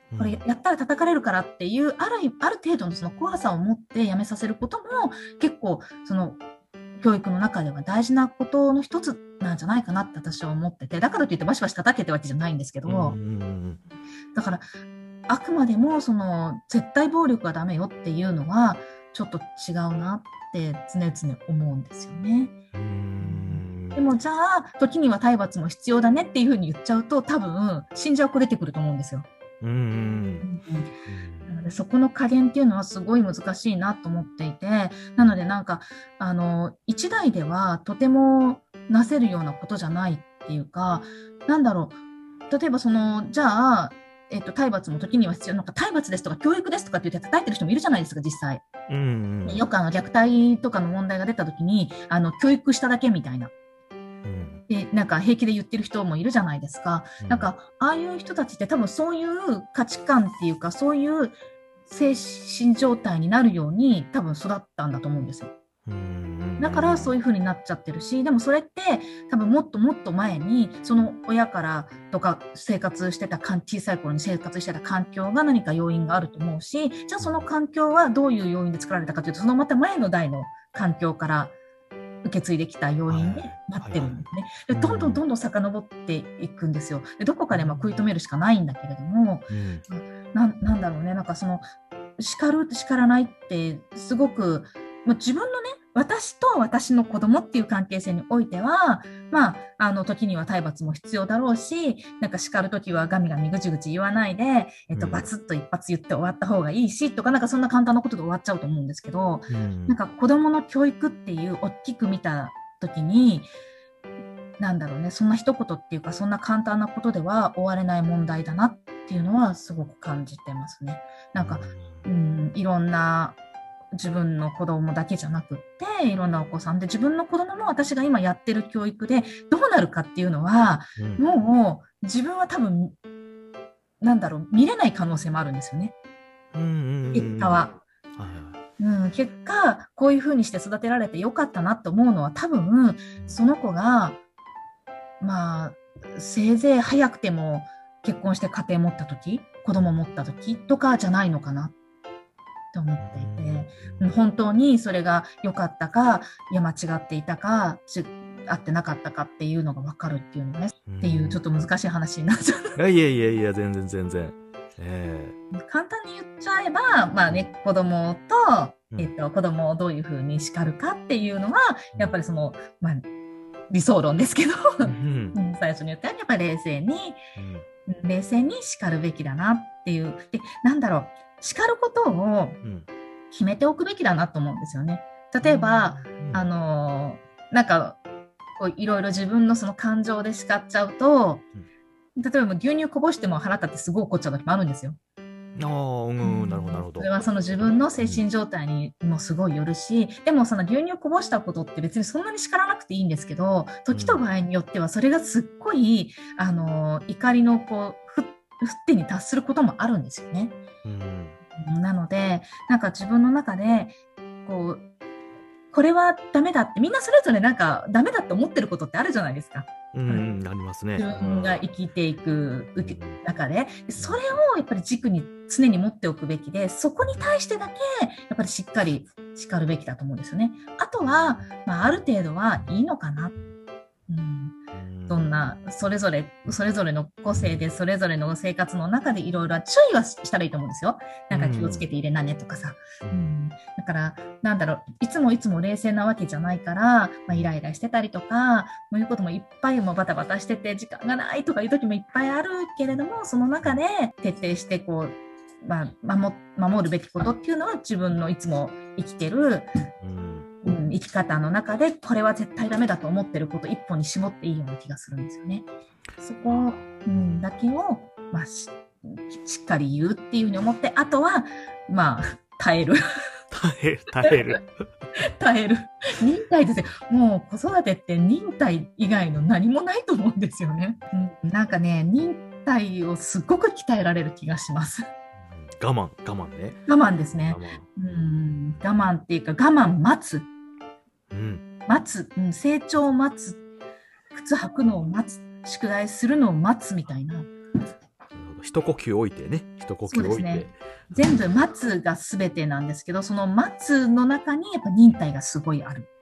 これやったら叩かれるからっていう、ある程度のその怖さを持ってやめさせることも結構その教育の中では大事なことの一つなんじゃないかなって私は思ってて、だからといってバシバシ叩けってわけじゃないんですけど、だからあくまでもその絶対暴力はダメよっていうのはちょっと違うなって常々思うんですよね。でもじゃあ時には体罰も必要だねっていうふうに言っちゃうと多分死んじゃう子出てくると思うんですよ。なのでそこの加減っていうのはすごい難しいなと思っていて、なのでなんか一代ではとてもなせるようなことじゃないっていうか、なんだろう、例えばそのじゃあ体罰も時には必要、なんか体罰ですとか教育ですとかって言って叩いてる人もいるじゃないですか、実際。よく虐待とかの問題が出た時に教育しただけみたいな。でなんか平気で言ってる人もいるじゃないですか。なんかああいう人たちって多分そういう価値観っていうかそういう精神状態になるように多分育ったんだと思うんですよ。だからそういう風になっちゃってるし、でもそれって多分もっともっと前にその親からとか小さい頃に生活してた環境が何か要因があると思うし、じゃあその環境はどういう要因で作られたかというと、そのまた前の代の環境から受け継いできた要因でなってるんですね。でどんどんどんどん遡っていくんですよ。でどこかで食い止めるしかないんだけれども、なんだろうね、なんかその叱る叱らないってすごく自分のね、私と私の子供っていう関係性においては、時には体罰も必要だろうし、なんか叱る時はガミガミぐちぐち言わないで、バツッと一発言って終わった方がいいしとか、なんかそんな簡単なことで終わっちゃうと思うんですけど、なんか子供の教育っていう大きく見た時に、なんだろうね、そんな一言っていうか、そんな簡単なことでは終われない問題だなっていうのはすごく感じてますね。なんか、いろんな自分の子供だけじゃなくっていろんなお子さんで、自分の子供も私が今やってる教育でどうなるかっていうのは、もう自分は多分なんだろう、見れない可能性もあるんですよね、結果は。結果こういう風にして育てられてよかったなと思うのは、多分その子がせいぜい早くても結婚して家庭持った時、子供持った時とかじゃないのかなと思っていて、本当にそれが良かったか、いや間違っていたか、合ってなかったかっていうのが分かるっていうのね、っていうちょっと難しい話になっちゃう。 いや全然。 簡単に言っちゃえば、子供と、子供をどういうふうに叱るかっていうのは、やっぱりその、理想論ですけど、最初に言ったようにやっぱり冷静に叱るべきだなっていう。で、なんだろう、叱ることを決めておくべきだなと思うんですよね。例えば、なんかいろいろ自分のその感情で叱っちゃうと、例えば牛乳こぼしても腹立ってすごい怒っちゃう時もあるんですよ。 なるほどなるほど。 それはその自分の精神状態にもすごいよるし、でもその牛乳こぼしたことって別にそんなに叱らなくていいんですけど、時と場合によってはそれがすっごい怒りのこう沸点に達することもあるんですよね。なのでなんか自分の中でこれはダメだって、みんなそれぞれなんかダメだって思ってることってあるじゃないですか。 ありますね。 自分が生きていく中で、それをやっぱり軸に常に持っておくべきで、そこに対してだけやっぱりしっかり叱るべきだと思うんですよね。あとは、ある程度はいいのかな。そんなそれぞれの個性でそれぞれの生活の中でいろいろ注意はしたらいいと思うんですよ。なんか気をつけて入れなねとかさ。だからなんだろう、いつも冷静なわけじゃないから、イライラしてたりとか、そういうこともいっぱい、バタバタしてて時間がないとかいう時もいっぱいあるけれども、その中で徹底して守るべきことっていうのは自分のいつも生きてる、生き方の中でこれは絶対ダメだと思ってること一本に絞っていいような気がするんですよね。そこ、だけを、しっかり言うっていうふうに思って、あとは耐える耐える。忍耐ですよ。もう子育てって忍耐以外の何もないと思うんですよね。なんかね、忍耐をすごく鍛えられる気がします。 我慢ね。 我慢ですね。我慢っていうか、我慢待つ。成長を待つ。靴履くのを待つ。宿題するのを待つみたいな。 一呼吸置いてね、一呼吸置いて。 そうですね。全部待つが全てなんですけど、その待つの中にやっぱ忍耐がすごいある。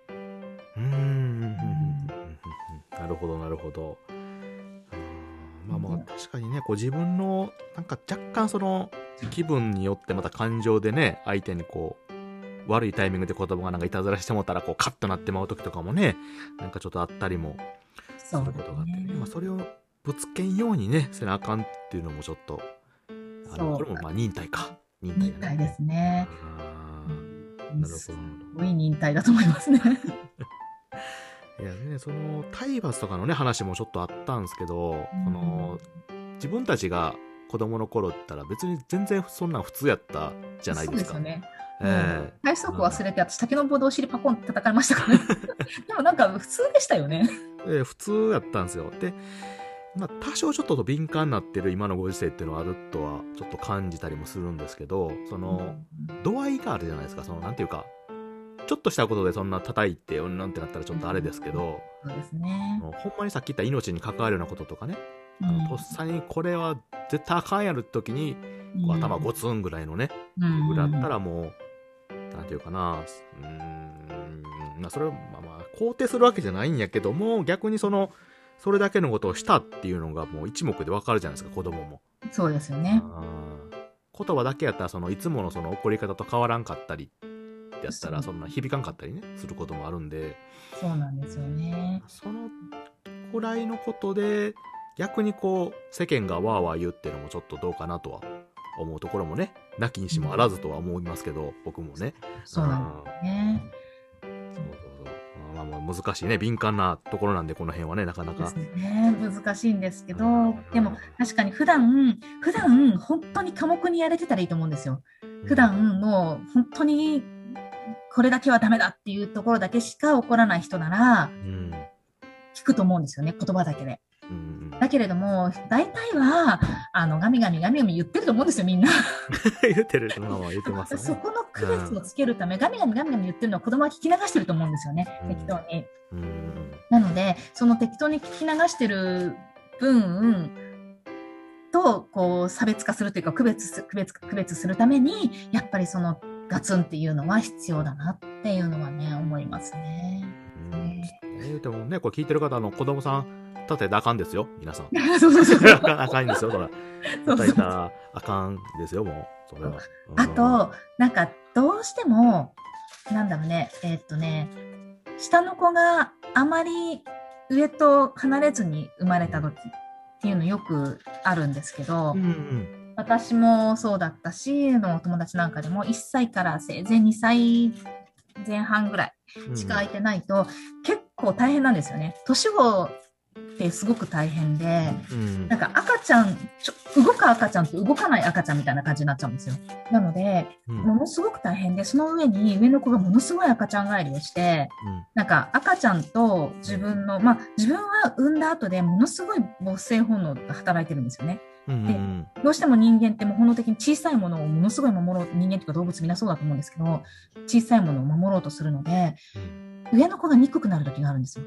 なるほど、なるほど。まあまあ、確かにね、こう自分の、なんか若干その気分によってまた感情でね、相手にこう、悪いタイミングで子供がなんかいたずらしてもったら、こうカッとなってまう時とかもね、なんかちょっとあったりもすることがあってね。まあそれをぶつけんようにね、せなあかんっていうのもちょっと、これもまあ忍耐か。忍耐忍耐ですね。 なるほど。 すごい忍耐だと思いますね。 いやね、その体罰とかのね話もちょっとあったんですけど、その自分たちが子供の頃ったら別に全然そんなん普通やったじゃないですか。 そうですよね。体操服忘れて私竹の棒でお尻パコンって叩かれましたからね。でもなんか普通でしたよね。 普通やったんですよ。で、まあ多少ちょっと敏感になってる今のご時世っていうのはあるとはちょっと感じたりもするんですけど、その度合いがあるじゃないですか。そのなんていうか。ちょっとしたことでそんな叩いてなんてなったらちょっとあれですけど、 そうですね。 ほんまにさっき言った命に関わるようなこととかね、とっさにこれは絶対あかんやる時に、こう頭ゴツンぐらいのね、ぐらいだったらもう、なんていうかな、まあそれをまあまあ肯定するわけじゃないんやけども、逆にそれだけのことをしたっていうのがもう一目でわかるじゃないですか、子供も。 そうですよね。 言葉だけやったらいつもの怒り方と変わらんかったりやったらそんな響かんかったりねすることもあるんで、 そうなんですよね。 そのくらいのことで逆にこう世間がわーわー言うっていうのもちょっとどうかなとは思うところもね、なきにしもあらずとは思いますけど、僕もね。 そうなんですね。 まあまあ難しいね、敏感なところなんでこの辺はね、なかなか。 ですね、難しいんですけど、でも確かに普段本当に寡黙にやれてたらいいと思うんですよ。普段の本当にこれだけはダメだっていうところだけしか起こらない人なら、聞くと思うんですよね、言葉だけで。だけれども、大体は、ガミガミ言ってると思うんですよ、みんな。 言ってる、まあまあ言ってますね。 そこの区別をつけるため、ガミガミ言ってるのは子供は聞き流してると思うんですよね、適当に。なので、その適当に聞き流してる分と、こう、差別化するというか、区別するために、やっぱりその、ガツンっていうのは必要だなっていうのはね、思いますね。 でもね、これ聞いてる方の子供さん、立てたらあかんですよ、皆さん。あかんですよ、それ。叩いたらあかんですよ、もう。それは。 あと、なんか、どうしても、なんだろうね、下の子があまり上と離れずに生まれた時っていうのよくあるんですけど、私もそうだったし、お友達なんかでも1歳からせいぜい2歳前半ぐらいしか空いてないと、結構大変なんですよね。年子ってすごく大変で、なんか赤ちゃん、動く赤ちゃんと動かない赤ちゃんみたいな感じになっちゃうんですよ。なので、ものすごく大変で、その上に上の子がものすごい赤ちゃん帰りをして、なんか赤ちゃんと自分の、まあ自分は産んだ後でものすごい母性本能が働いてるんですよね。でどうしても人間ってもう本能的に小さいものをものすごい守ろう、人間とか動物みんなそうだと思うんですけど、小さいものを守ろうとするので、上の子が憎くなる時があるんですよ。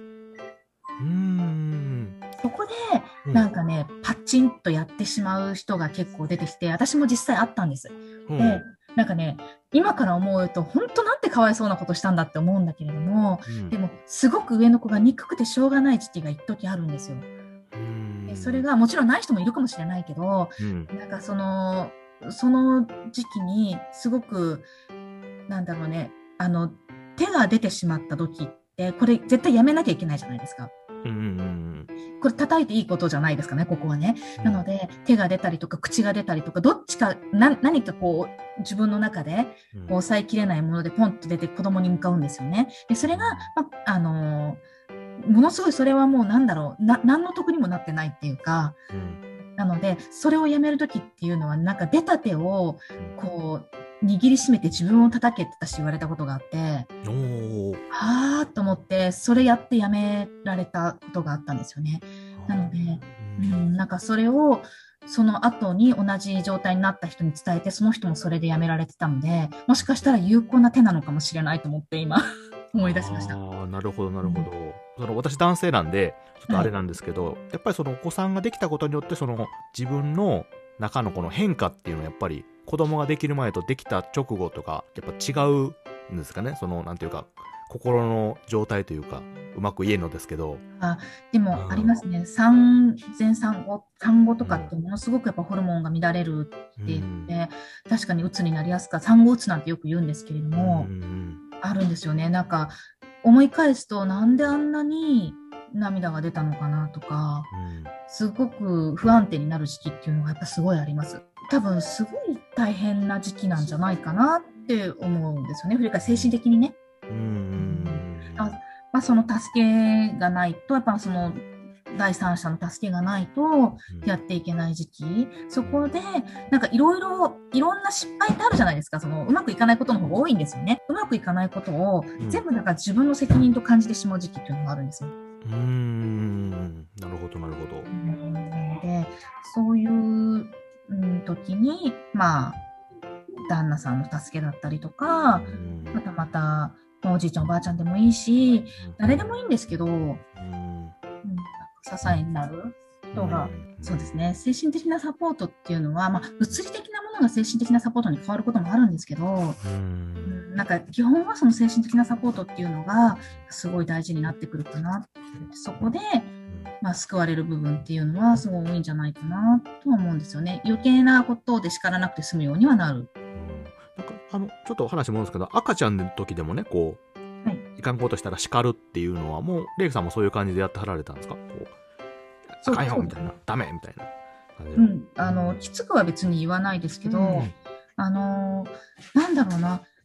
そこでなんかね、パッチンとやってしまう人が結構出てきて、私も実際あったんです。で、なんかね、今から思うと本当なんてかわいそうなことしたんだって思うんだけれども、でもすごく上の子が憎くてしょうがない時期が一時あるんですよ。でそれがもちろんない人もいるかもしれないけど、なんかその時期にすごくなんだろうね、手が出てしまった時ってこれ絶対やめなきゃいけないじゃないですか。これ叩いていいことじゃないですかね、ここはね。なので手が出たりとか口が出たりとか、どっちか何かこう自分の中でこう抑えきれないものでポンと出て子供に向かうんですよね。でそれが、ものすごいそれはもう何の得にもなってないっていうか、なのでそれをやめる時っていうのはなんか出た手をこう握りしめて自分を叩けって私言われたことがあって、あーと思ってそれやってやめられたことがあったんですよね。なので、なんかそれをその後に同じ状態になった人に伝えて、その人もそれでやめられてたので、もしかしたら有効な手なのかもしれないと思って今思い出しました。 なるほどなるほど。私男性なんでちょっとあれなんですけど、やっぱりそのお子さんができたことによって自分の中のこの変化っていうのはやっぱり子供ができる前とできた直後とかやっぱ違うんですかね。そのなんていうか心の状態というかうまく言えるのですけど。 でもありますね。産前産後とかってものすごくやっぱホルモンが乱れるって言って、確かに鬱になりやすか、産後鬱なんてよく言うんですけれども、あるんですよね。なんか思い返すとなんであんなに涙が出たのかなとか、すごく不安定になる時期っていうのがやっぱすごいあります。多分すごい大変な時期なんじゃないかなって思うんですよね。振り返り精神的にね。その助けがないと、やっぱその第三者の助けがないとやっていけない時期、そこでなんかいろんな失敗ってあるじゃないですか。そのうまくいかないことの方が多いんですよね。うまくいかないことを全部なんか自分の責任と感じてしまう時期っていうのがあるんですよ。 なるほどなるほど。 なのでそういう時に旦那さんの助けだったりとか、またおじいちゃんおばあちゃんでもいいし、誰でもいいんですけど、支えになる人が、そうですね、精神的なサポートっていうのは、物理的なものが精神的なサポートに変わることもあるんですけど、なんか基本はその精神的なサポートっていうのがすごい大事になってくるかな。そこで、救われる部分っていうのはすごい多いんじゃないかなとは思うんですよね。余計なことで叱らなくて済むようにはなる。 なんかちょっと話戻るんですけど、赤ちゃんの時でもね、こう、いかんことしたら叱るっていうのは、もう、レイクさんもそういう感じでやってはられたんですか？こう、あかんよみたいな、ダメみたいな。 きつくは別に言わないですけど、なんだろうな、